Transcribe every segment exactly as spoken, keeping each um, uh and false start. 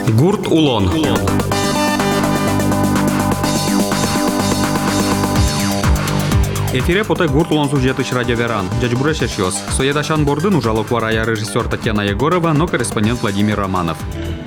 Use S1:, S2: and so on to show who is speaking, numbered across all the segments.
S1: Гурт улон. Эфире поте гурт улон сюжетыч радиоверан. Дядь Бурешешьос. Соедашан бордын ужалок варая режиссер Татьяна Егорова, но корреспондент Владимир Романов.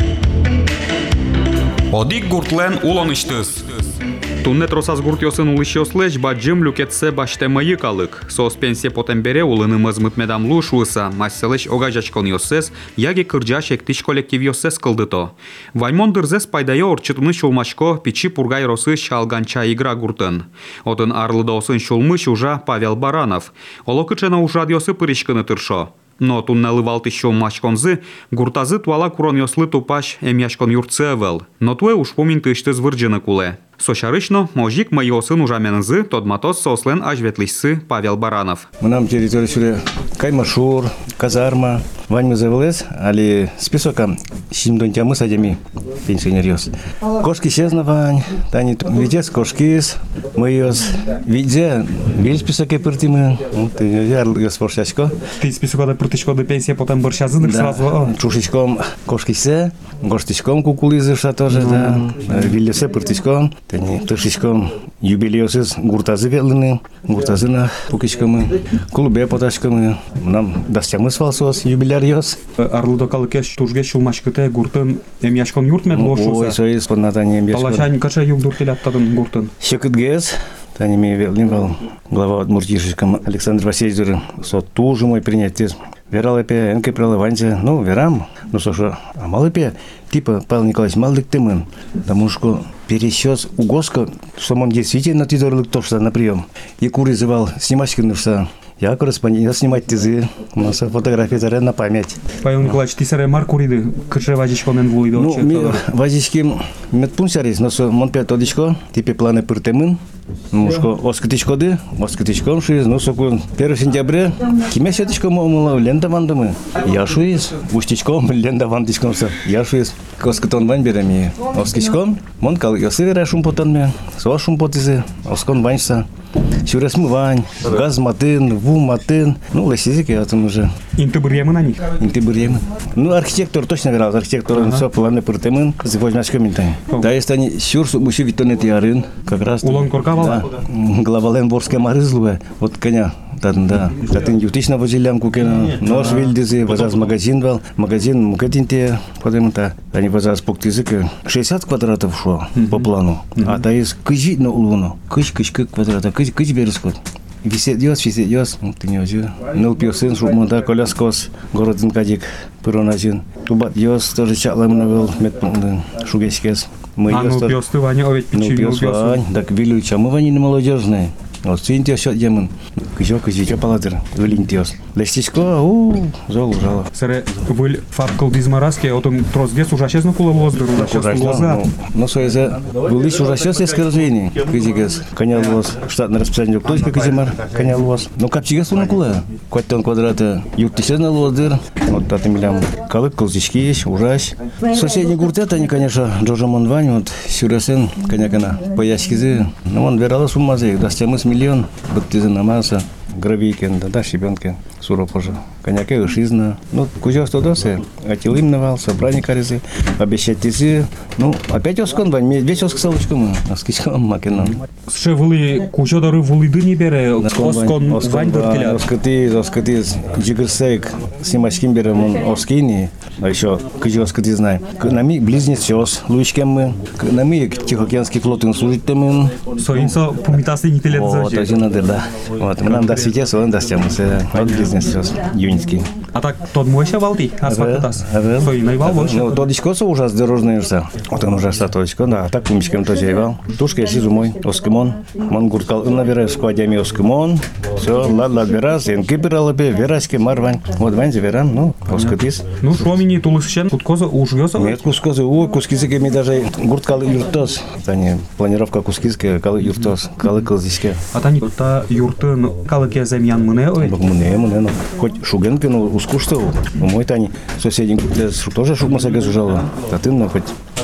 S1: Одик гуртлен улон иштыз. Туннет росаз гуртьосын улышьослэч баджим люкетсе баштемайы калык. Сос пенсия потембере улынымыз мытмедам лушуыса, масселэч огажачкон йосес, яги кырджаш эктиш коллектив йосес кылдыто. Ваймон дырзес пайдайо орчытыны шулмашко пичи пургай росы шалганча игра гуртын. Отын арлыдосын шулмыш ужа Павел Баранов. Олокычена уж радиосы пырышкыны тыршо. Но туннелы валты шулмашконзы гуртазы туала курон йослы тупаш эмяшкон юрцевел. Но туэ уж поминты иштыз вырджыны куле. Сошарышно можик майосын ужамензы тодматос сослен ажветлишсы Павел Баранов.
S2: Нам территория сюда Каймашур, казарма, вань завелес, али списокам симдонтямы садями пенсионерьос. Кошки сезна вань, тани видес кошкис, майос виде, виль списоке пыртимы, ты яр спорщачко.
S3: Ты списока пыртичко до пенсии потом борщазы сразу.
S2: Чушечком кошкисе, гоштичком кукулизы что тоже, да, вилесе пыртичком. Тани тышечком юбилеосыз гуртазы велыны, гуртазына пукичкамы, клубе поташкамы, нам дастямыз валсос юбиляриос.
S3: Арлыдо калыкеш тужге шулмашкыте гуртын эмяшкон юртмен лошуса.
S2: Ой, соис понатани эмяшкон.
S3: Палашань каша югдуртелят тадын гуртын.
S2: Щекытгез, тани ми велын вал глава Удмуртишечкам Александр Васильевич, со тужу мой принятиз. Верал опе, энке пролываньте, ну, верам, ну, слушай, а мало пе, типа, Павел Николаевич, малдык тымын, потому что пересчет угоска, что он действительно ты дорлык то, что на прием. И куры звал, снимать кинулся. Я корреспондент, снимать тизы, у нас фотографии заряд на память.
S3: Павел Николаевич, ты саре маркуриды, кырше вазичко мен вулидо.
S2: Ну, ми вазички медпунсарис, но со мон пять одичко, типа планы пыртемын. Мушко оскотичкоды, оскотичком шиз, ну соку первого сентября, киме сетичко мол лента вандамы. Я шуиз, устичком лента вандичком со. Я шуиз, оскотон вань береми. Оскичком, мон кал йосывера шумпотанме, со шумпотизе, оскон ваньса. Сюресмы вань, газ матын, ву матын, ну лесизики я там уже.
S3: Интебурьемы на них.
S2: Интебурьемы. Ну архитектор точно говорил, архитектор он все планы пыртемын, завозьмашко минтай. Да есть они сюрсу мужи витонет ярын, как раз.
S3: Улон коркавала.
S2: Главален ворская марызлуя, вот коня. Да, да. Татын ютично возилям кукена, нож вильдизи, возаз магазин вал, магазин мукетинте, потому что они возаз поктизыка шестьдесят квадратов шло по плану, а то есть кыжи на улуну, кыж кыж кыж квадрата, кыж кыж берескот. Висит йос, висит йос, ты не озю. Ныл пьосын, шуб монта коляскос, городын кадик, пыроназин. Тубат йос, тоже чаклам навел, медпунктын, шугечкес.
S3: А ныл пьосты ваня, овет пичи ныл пьосы.
S2: Так вилю, чамы вани не молодежные. Вот синтия счет демон, кыжо кыжичо паладыр, вилинтиос. Лестичко, у, зол ужало.
S3: Саре выль фабкал дизмараске, отом трозгес ужасезно кула воздыру, ужасезно лоза.
S2: Ну соезе, вылись ужасез есть скорозрение, кыжигес, коня лоз, штатное расписание, кто есть кыжимар, коня лоз. Ну капчигес он кула, кваттен квадрата, юртисезно лоздыр, вот татым милям, калык колзички есть, ужас. Соседний гуртет, они, конечно, Джорджа Монвань, вот сюресен, коня-кана, пояскизы, ну он верала суммазы, дастямыс миллион, быттизы намаза. Гравийкен, да, да, щебенкен, суропожа. Коняке ушизна. Ну, кузё что досы, атилым навал, собрание каризы, обещать тизы. Ну, опять оскон, вань, весь оск салочком, оскичком макеном.
S3: Ше вылы, кузё дары вылыды не бере, оскон, вань дыртеля.
S2: Оскоты, оскоты, джигерсейк, снимачким берем, он оскини, а еще кузё оскоты знай. Нами близнецёс, луичкем мы, нами Тихоокеанский флотын служит-то
S3: Соинсо, пумитасы не телет
S2: зажи. Вот, один надо, да. Вот, мы нам до свете, он достемся, вот близнецёс, юницкий.
S3: А так, тот мойся валти, асфальтас. Соиной вал больше.
S2: Ну, тот дичко ужас дорожный урса. Вот он ужас точко, да, а так пумичкем тоже ивал. Тушка я сизу мой, оскимон. Мон гурткал, набираю складями оскимон. Все, ладно, отбираз, ин кипиралапе, вераськи, марвань. Вот ванзи веран, ну, оскотис.
S3: Ну, шомини тулысчен, куткоза ужгёса?
S2: Нет, кускоза, ой, кускизыки ми даже гурткал юртос. Тани, планировка кускизки, калы юртос, калы кылзиске.
S3: А тани, та юртын, калыке земьян мыне, ой?
S2: Мыне, мыне, ну, хоть шугенки, ну, ускуштал. Ну, мой тани, соседи, тоже шугмаса газужала. А ты, ну, хоть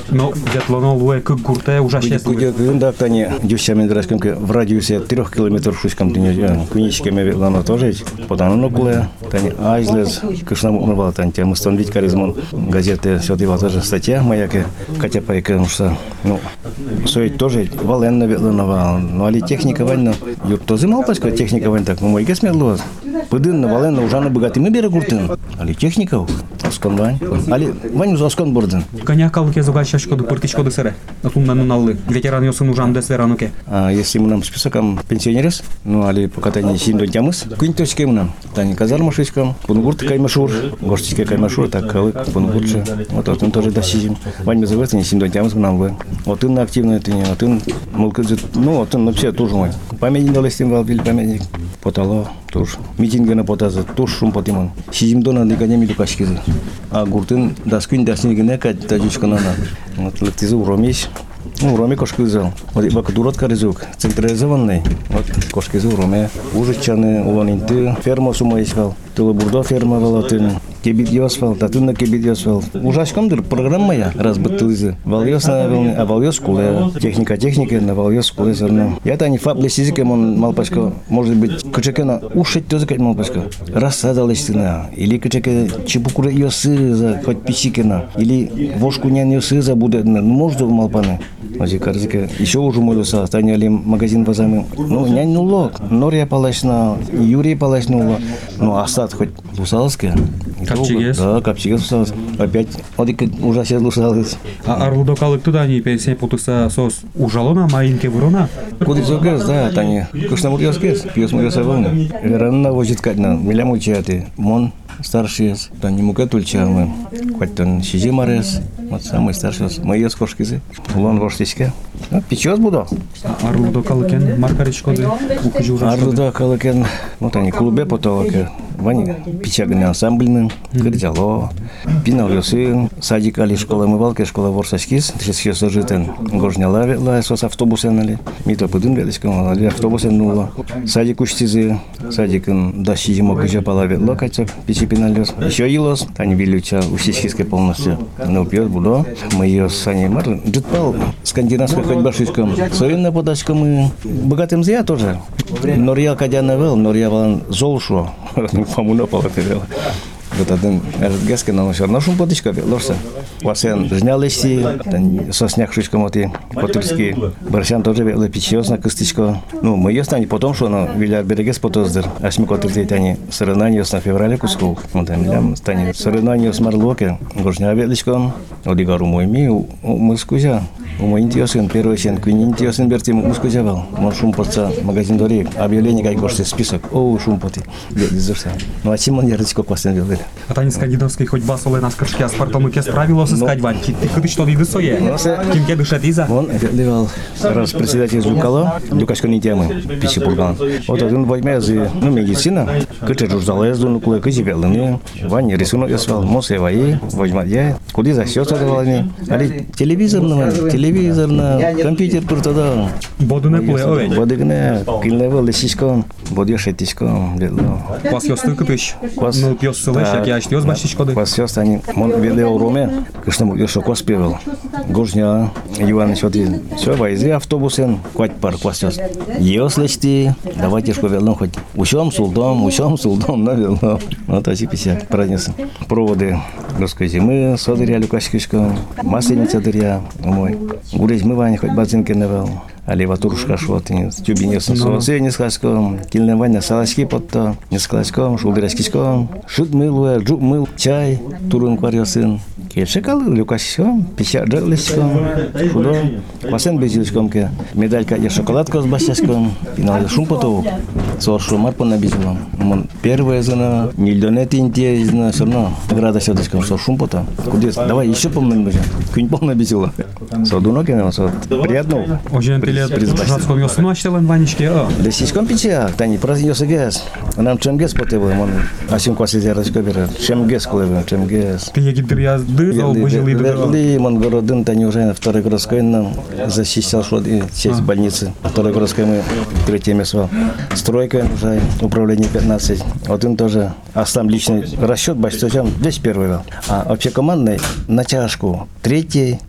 S3: Но где-то оно луэ как гурте уже сейчас.
S2: Да, тани дюсями драйскомке в радиусе трех километров шуском тени куничками ветлано тоже. Потом оно куле тани айзлес кышнаму мывал тани тем установить каризмон газеты все это тоже статья моя ке хотя по что ну стоит тоже валенно ветлано, но али техника война юрт тоже мал пачка техника война так мой гес медло. Пыдын на валенно уже на богатый мы берем гуртын. Али техника оскон вань. Али вань за оскон бурдын.
S3: Коня калке загашашко до пыртичко до сере. Атунна нулы. Ветеран ёсын ужан десверануке.
S2: А если мы нам списоком пенсионерс, ну али покатание синдон тямыс, кунточке мы нам. Тани казармашичкам, пунгурт каймашур, горстичке каймашур, так калык пунгуртше. Вот он тоже досидим. Вань мы завез не синдон тямыс нам вы. Вот он активно это не, вот он молкадзит. Ну вот он вообще тоже мой. Памятник дал стим валбил памятник. Потало тоже. Митинги на потазы тоже шум потимон. Сидим дона диканями дукашкизы. А гуртын даскин даснигине кать таджичка на на. Вот летизу уромись. Ну, уроме кошки взял. Вот бака дурат каризук. Централизованный. Вот кошки взял уроме. Ужичаны уланинты. Ферма сума искал. Тылы бурда ферма валатын. Кебит ясфал, татунна кебит ясфал. Ужашкамдыр программа я разбыттылызы. Вальёс на волне, а вальёс куле. Техника техника на вальёс куле зерно. Я-то не фабли сизикем он малпачка. Может быть, кычекена ушить тоже как малпачка. Рассадалыстина. Или кычеке чепукура ёсы за хоть писикена. Или вошку нян ёсы за будет. Ну, может малпаны. Ази карзике еще уже молился, станяли магазин вазами. Ну, нянь нуло, Нория палачна, Юрий палачнула. Ну, остат хоть Лусалская.
S3: Капчигес?
S2: Да, Капчигес Лусалс. Опять, вот и уже сейчас Лусалс.
S3: А Арлудо калык туда не пенсия потуса сос ужалона, маинке вырона?
S2: Куда зогез, да, тани. Кушнамур яскес, пьес мур ясаволны. Веранна возит катна, миляму чаты. Мон старший, тани мука тульчамы. Хоть тан сизимарес. Вот самый старший, мои скошкизы. Улан воштичка. Печёс буду.
S3: Арлудо калыкен, маркаричко ды, ухажу ужашко.
S2: Арлудо калыкен, вот они клубе потолоке. Ваня печагный ансамбльный, кырдяло. Пинал ёсы, садик али школа мывалки, школа ворсачкис. Сейчас служитен гожняла ветла, сос автобусен али. Мито пыдын ветлиском, али автобусен нула. Садик учтизы, садикын дащи зимок уже пала ветла, катя печи пиналёс. Еще илос, они вилюча усичкиской полностью. Ну, пьёс буду. Мы ее с Саней Мар, джитпал, скандинавской хоть башичком. Совинная подачка мы богатым зря тоже. Норья кадяна вел, норья валан золшо. Помуна полотевела. Вот один эргески на ночь. На шум подачка лорса. Васен жнялись, сосняк шучком оти. Потульский барсян тоже вел печёс на костичко. Ну, мы ее станем потом, что на виляр берегес потоздер. Ашми котыртей тани соревнования на феврале кусков. Вот там станем соревнования с Марлоке. Гожня ветличком. Одигару мой ми, мы скузя. У мой интересен первый сен, квин интересен бертим мускузявал. Мон шумпотца магазин дори. Объявление как гости список. О, шумпоти. Дезерса. Ну а Симон ярдичко классен вел.
S3: А тани скандинавский хоть басоле на скачке, а спартомыке справилось искать ваньки. Ты куда что видишь сое? Кем ке дышат иза?
S2: Он ливал раз председатель Зукала, Дюкашка не темы, пищи пурган. Вот один возьмя за ну медицина, кыча журзала я зону кулы кызи велны, Ваня рисунок я свал, мосе ваи, возьма я, куда за все давали. Али телевизор на телевизор на компьютер пуртада.
S3: Боду не кулы овей.
S2: Боду не, килневел лисичком, боду шетичком велно.
S3: Квас ёсты купиш. Ну пьёс селеш, як я штёс башичко ды.
S2: Квас ёс они, мон велел роме, кышнаму ёшо квас певел. Гожня, Иваныч, вот все, войзи автобусен, квать пар квас ёс. Ёс лечти, давайте шко велно хоть. Ущом сулдом, ущом сулдом, на велно. Вот эти пися пронесы. Проводы русской зимы, содыря люкашкишко, масленица дыря, мой. Гурезь мывань, хоть базинки навел. Али ватурушка шот, тюби не сососы, не складском, кильная ваня салачки под то, не складском, шулдырачкичком, шут мыл, джук мыл, чай, турун кварьосын. Кельшекал, люкашком, пища джегличком, шудо, пасен безилочком ке, медалька и шоколадка с басяском, пинал шумпотов, соршу марпо набизилом. Мон первая зона, миллионет интия, зона, все равно, града сёдочком, сор шумпота. Куда? Давай еще помним уже. Кунь пол набизила. Содуно кенел, сод. Приятно.
S3: Ожен пилет, жацком ёсыну аштелен ваничке, а?
S2: Лисичком пича, тани, праздник ёсы гес. Нам чем гес потевы, мон, асим кваси зярочка берет. Чем гес колевы, чем гес.
S3: Ты егидер я дызал, выжил и дызал.
S2: Ли, мон, городын, тани уже на второй городской нам защищал, что сеть больницы. Второй городской мы третье место. Стройка уже, управление пятнадцать. Вот он тоже, а сам личный расчет, бачите, весь первый был. А вообще командный на чашку третий,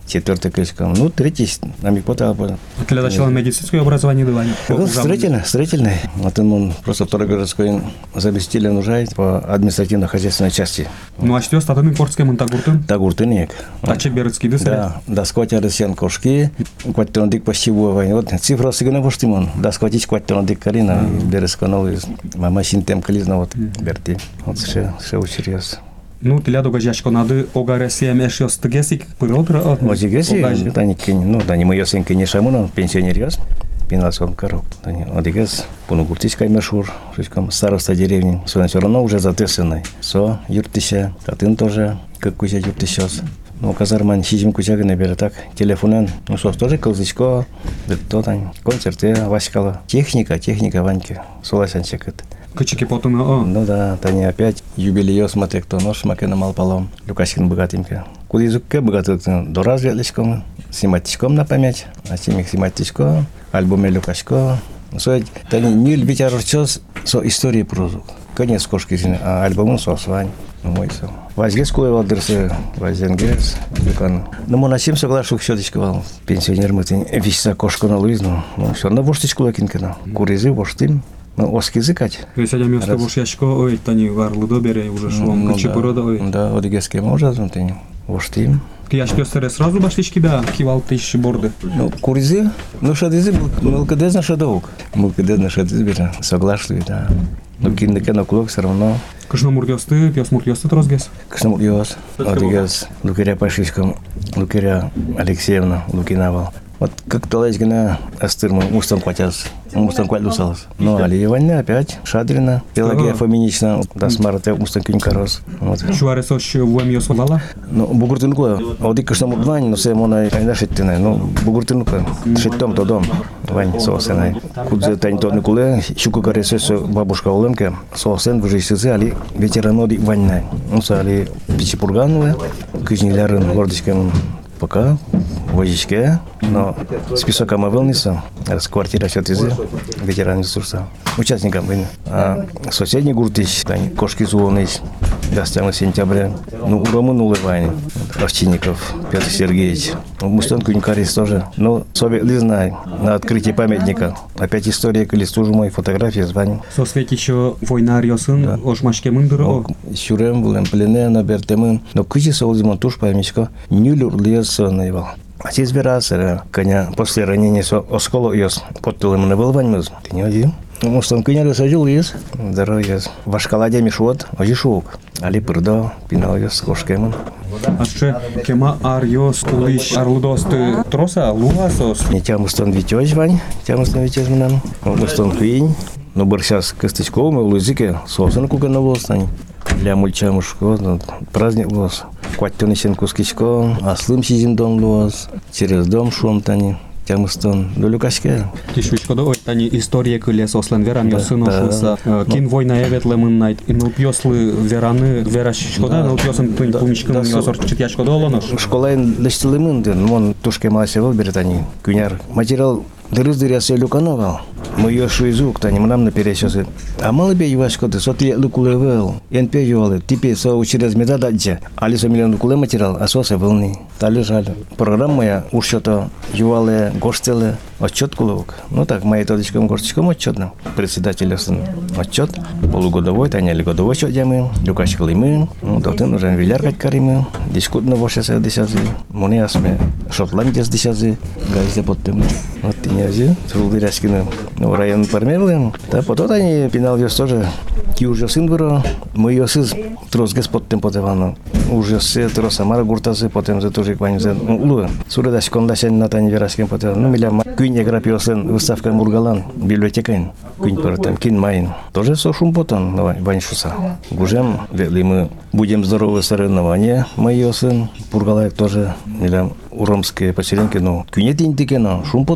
S2: четвертый кличком. Ну, третий, намек потал.
S3: Для начала медицинское образование было?
S2: Строительное, строительное. Вот он просто второй городской заместитель нуждает по административно-хозяйственной части.
S3: Ну, а что статуны портские монтагуртын?
S2: Тагуртынек.
S3: А че берецкий десре?
S2: Да, да, скватя ресян кошки, кваттен дик пассивой. Вот цифра сигна поштимон. Да, скватить кваттен дик карина, бересканол, машин тем кализна вот берти. Вот все, все учерез.
S3: Ну, тля дога жашко нады огаре сем эшёс тгесик пыротра.
S2: Озигеси, да не кин, ну да не моё сын кин шамуна пенсионер яс. Пинался он коров. Да не, одигес, пунугуртиской машур, слишком староста деревни. Все равно уже затесанный. Со, юртися, татын тоже, как кузя юртисёс. Ну, казарман сизим кузяга не берет так. Телефонен, ну, сос тоже колзычко, то там, концерты, васькала. Техника, техника Ваньки, соласян чекет.
S3: Кычики потом, о.
S2: Ну да, то не опять юбилей смотри, кто нож макена мал полом. Лукашкин богатенько. Куда языке богатый, до разведличком, симатичком на память, а симик симатичко, альбоме Лукашко. Суть, то не не любить арчос, со истории прозу. Конец кошки зины, а альбом со свань. Мой со. Возьгес кулай валдерсы, возенгес, дукан. Ну, мы на семь соглашух щеточка вал. Пенсионер мы ты веща кошку на луизну. Ну, все равно воштичку лакинкина. Куризы воштим. Ну, оски языкать.
S3: То есть, я место вош яшко, ой, тани варлы добере, уже шлом, кычи порода, ой.
S2: Да, одигеске может, ну, ты воштим.
S3: Я ж пёстере сразу башлички, да, кивал тысячи борды.
S2: Ну, куризы, ну, шадизы, мылкадез на шадовок. Мылкадез на шадизы, бежа, соглашли, да. Ну, киндеке на кулок все равно.
S3: Кышна мургёсты, пёс мургёсты трозгес.
S2: Кышна мургёс, одигес, лукеря Пашишком, лукеря Алексеевна, лукинавал. Вот как Талайчгина Астырма, Мустан Кватяс, Мустан Кватлюсалас. Ну, а Ливанна опять, Шадрина, Пелагея Фоминична, Дасмарте, Мустан Кюнькарос.
S3: Шуаресо в ее свалала?
S2: Ну, Бугуртынкула, а вот и кашна мурдвань, но все мона айна шеттина, ну, Бугуртынкула, шеттом то дом, вань соосенай. Кудзе тань то никуле, щуку каресесо бабушка Оленке, соосен в жизни али ветераноди ваньнай. Ну, али Пичипургануэ, Кыжнилярын, Гордичкин, пока возичке, но список омовелница, с квартира все тезы, ветеран ресурса, участникам войны. А соседний гуртыч, кошки зулоныч, гостям сентября, ну, Роман Улывань, Овчинников, Петр Сергеевич, Мустан Кунькарис тоже. Ну, совет знай, на открытии памятника, опять история, коли служу мои фотографии, звоню.
S3: Со свете еще война рёсын, ошмашке мындыры.
S2: Щурем, булем, плене, набертемын, но кычи соузимон туш памятничко, нюлюр лес наивал. А те избираться, коня после ранения со осколу йос, подтылым не был ваньмыз, ты не один. Может, он коня рассадил йос, здоровье йос. Ваш каладя мишот, ожишук, али пырдо, пинал йос, кошкемон.
S3: А что, кема арьос, кулиш, арлудосты троса, лугасос?
S2: Не тямустон витёж вань, тямустон витёж минан, мустон куинь, но борщас костычковым, в лузике, соусан кугана волстань. Для мульча мужко, праздник лос. Кваттёный сен кускичко, аслым сизим дом лос, через дом шум тани, тямыстон до люкашке.
S3: Тишвичко до тани история кыле сослен веран ёсын ошылса. Кин война эветле мыннайт, ныл пёслы вераны верашичко да, ныл пёсын тын пумичкын ёсор читячко да олонош.
S2: Школайн лестилы мындын, мон тушке маласевал берет они, кюняр. Материал дырыз-дыря селюкановал. Мы ее шуизук, тани нам наперечесы. А мало бей вашкоты, сотли лукулевел. Ен пеюалы, теперь со через медададзе. Али со миллион лукуле материал, а соса волны. Та лежали. Программа моя ушето ювале, гоштеле, отчет кулевок. Ну так, моей тодочком горчичком отчетным. Председатель отчет. Полугодовой, тани или годовой отчет ямы. Люкашкалы мы. Ну, дотын уже виляркать каримы. Дискутно вошеся десязы. Мони асме Шотландия с десязы. Газде подтым. Вот ты не ази. Трудыряскины. Ну, район пармерлен. Да, потом они пинал ее тоже. Ки уже сын выро. Мы ее сын трос господ тем потевано. Уже все трос Амара гуртазы потом за тоже квань за лу. Суредаш кондасен на тани вераским потевано. Ну, миля кюнь грапио сын выставка Мургалан библиотекайн. Кюнь потом кин майн. Тоже со шум потом. Давай ваньшуса. Гужем вели мы будем здоровы соревнования. Мой сын Мургалаек тоже миля уромские поселенки. Ну, кюнь тень тикено шум потом.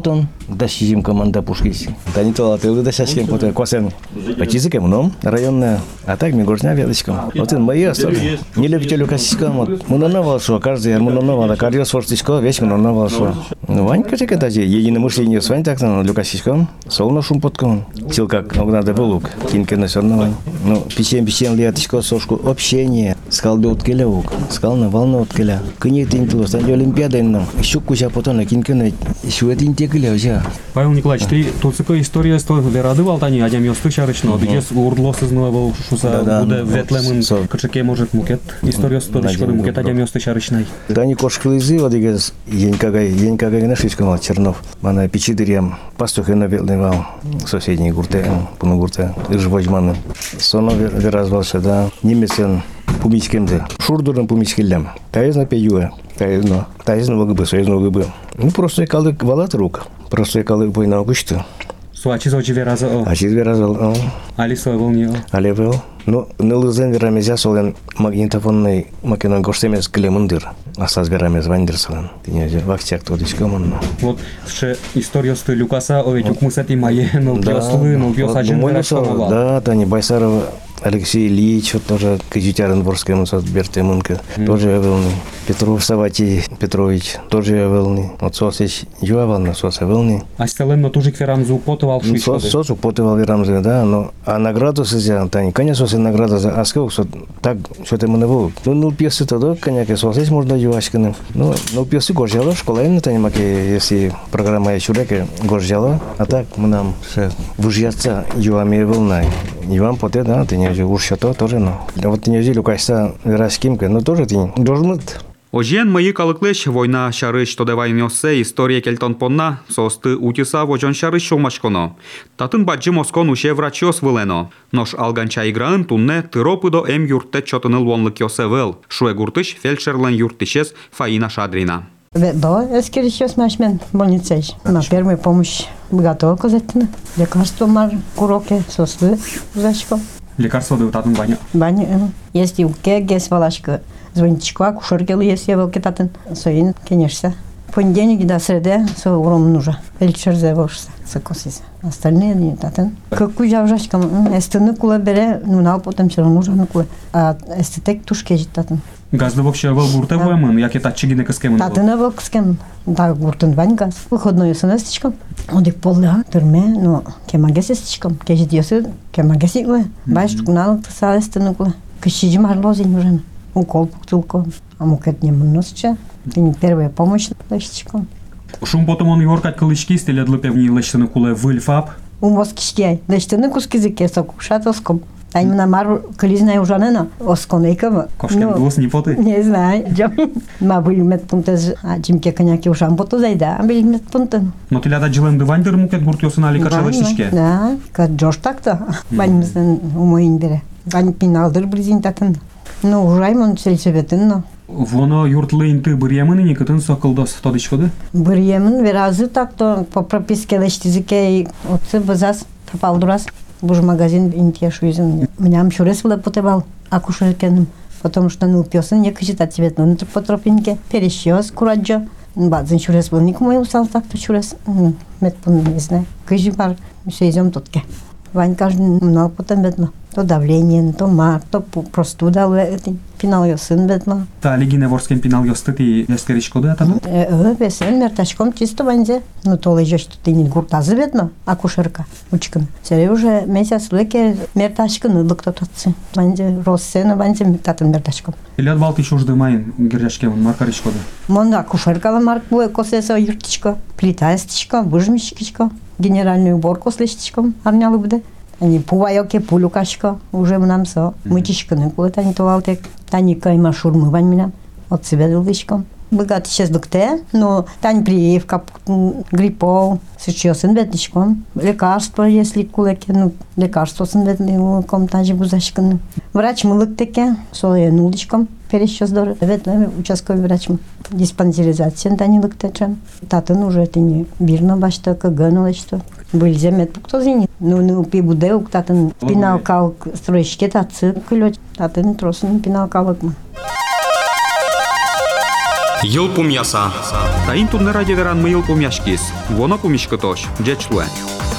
S2: да сижим команда пушкись. Да не то, ты да сейчас кем потом косен. Почти кем, ну, районная. А так мне горшня веточком. Вот это мои остались. Не любите люкасичком, вот. Муноновал, что каждый муноновал, а каждый сортичко, весь муноновал, что. Ну, Ванька же когда же, единомышление с Вань так-то, люкасичком, солно шум подком. Сил как, надо был лук, кинки на сорно. Ну, писем, писем, леточко, сошку, общение. Сказал бы откеля лук, сказал на волну откеля. Кыне тинту, стань олимпиадой нам. Еще куча потом на кинки на, еще это интекля уже.
S3: Павел Николаевич, ты тут такая история, что верады валтани, а дям ёсты шарычно, дегес урдлос изнавал, что за буде ветлемын, качаке может мукет, история сто шкоды мукет, а дям ёсты шарычной.
S2: Да не кошка лызы, вот дегес, енькагай, енькагай нашичка мал Чернов. Мана печидырем, пастух и навелнывал соседние гурте, пуну гурте, иржвожманы. Соно веразвался, да, немецен пумичкемде, шурдурным пумичкелем. Таезна пеюэ, таезно, таезна вагыбы, соезна вагыбы. Ну просто калык валат рук, просто калык бой на огучту.
S3: Суачи зочи вераза о.
S2: А чиз веразал, о.
S3: Али сой волни о.
S2: Али вел. Ну, нылызен верамезя солен магнитофонный макинон гоштемес клемундыр. Астаз верамез вандерсален. Тинезе вахтяк тодичкомон.
S3: Вот ше история сты Люкаса о ведь укмусати мае, но пьослы, но пьос один верашкомовал.
S2: Да, Тани Байсарова, Алексей Ильич, вот тоже Кизютярин Ворскому Бертемынка, тоже я волны. Петров Саватий Петрович, тоже я волны. Вот Сосич Юавална, Соса волны.
S3: А стелен на тужик верамзу употывал шишкоды.
S2: Сос употывал верамзу, да, но а награду созя, Тани, конечно, Соса награда за Асков, так, что-то мы не было. Ну, ну, пьесы тогда, конечно, Сосич можно юашканым. Ну, ну, пьесы горжало, школа именно, Тани, маки, если программа я чуреки горжало, а так мы нам выжьяться юами волной. Юам поте, да, ты не уршато тоже, но. Вот ты не взяли, кайса вераскимка, но тоже ты должен быть.
S1: Ожен мої калыклеш война шарыш тодевайн йоссе история келтон понна, состы утиса вожон шарыш шолмашконо. Татын баджи москон уше врачос вылено. Нош алганча играын тунне тыропыдо эм юртте чотыныл вонлык йосе вел. Шуэ гуртыш фельдшерлен юртышес Фаина Шадрина.
S4: Да, эскери сейчас машмен больницей. На первую помощь готова казательно. Лекарства мар, куроки, сосы, зачко.
S3: Лекарство дают татын баня.
S4: Баня, если у кегес валашка, звоничко, акушеркел, если я волки татын, соин, конечно. Понедельник до среды, со уром нужа. Фельдшер завошься, сокосись. Остальные не татын. Какую жавжачка, эстены кула бере, ну на потом все равно нужно кула. А эстетек тушке житатын.
S3: Газды вообще вел гурте воемын, як это чигине кыскемын.
S4: Татына вел кыскемын. Да, гуртын вань газ. Выходной сынастичком. Одик полда, түрме, ну, кемагес эстичком. Кежит ёсы, кемагес иглы. Баш тугналык тыса эстены кула. Кыщиджи марлозин нужен. Укол пуктылко. А мукет не мыносча. Тени первая помощь лэштичком.
S3: Шум потом он йоркать кылычки стеледлы певни лэштыны куле выльфап.
S4: Умос кишкей. Лэштыны куски зыке сокушатоском. Тань на мару колизная ужанена, осконейкова.
S3: Кошкен дус не поты.
S4: Не знаю. Ма были медпунктез, а чимке коняки ужан поту зайда, а были медпунктен.
S3: Но ты ляда джилен дывандер мукет гуртёсын али качалыштышке.
S4: Да, кад жош так-то. Банимызден умоин бере. Бань пиналдыр бризин татын. Ну, ужаймон сельсоветын, но.
S3: Воно юртлы инты бырьемын и никытын сокылдос тодычкоды?
S4: Бырьемын веразы так-то по прописке лештизике отцы базас тапалдурас. Буж магазин интешу изен. Мням чурес потевал акушеркеным. Потому что ну пёсын не кычит от цвет, но по тропинке перещёс кураджо. Бадзин чурес был никому и устал так-то чурес. Медпун не знаю. Кыжи пар все изем тутке. Вань каждый много потом бедно. То давление, то мар, то простуда, пинал ее сын бедно.
S3: Та лигине ворским пинал ее стыд и ястеричкоды это?
S4: Э, весен, мертачком чисто ванзе. Ну то лежишь, что ты не гуртазы бедно, акушерка, учкан. Все уже месяц леке мертачкан, ну кто-то отцы. Ванзе, россена, ванзе, татан мертачком.
S3: Или отбал ты чужды майн, гердяшкевын, маркаричкоды?
S4: Мон акушерка марк буе косеса юртичко, плитаестичко, бужмищичко, генеральную уборку с лещичком, арнялы буде. Они пувайоке пулюкашко, уже нам со. Мытичко не кулы тани товалтек. Тани кайма шурмы вань меня. От себя дылдычком. Богатый сейчас докте, но тань прививка, гриппов, сейчас сын бедничком. Лекарство, если кулеке, ну, лекарство сын бедничком, тани бузашком. Врач мылык теке, солая нуличком. Перещёс дорого. Ветле участковый врач. Диспансеризация тани лыктечен. Татын уже это не бирно башта, каганула что. Были земет пуктозини. Ну, ну, пи будеук, татын пиналкал стройщики, татцы, кылёч. Татын тросын пиналкалык мы.
S1: Йыл пумяса. Таин тунне ради веран мы йыл пумяшкис. Вона пумишка тош. Джечлуэн.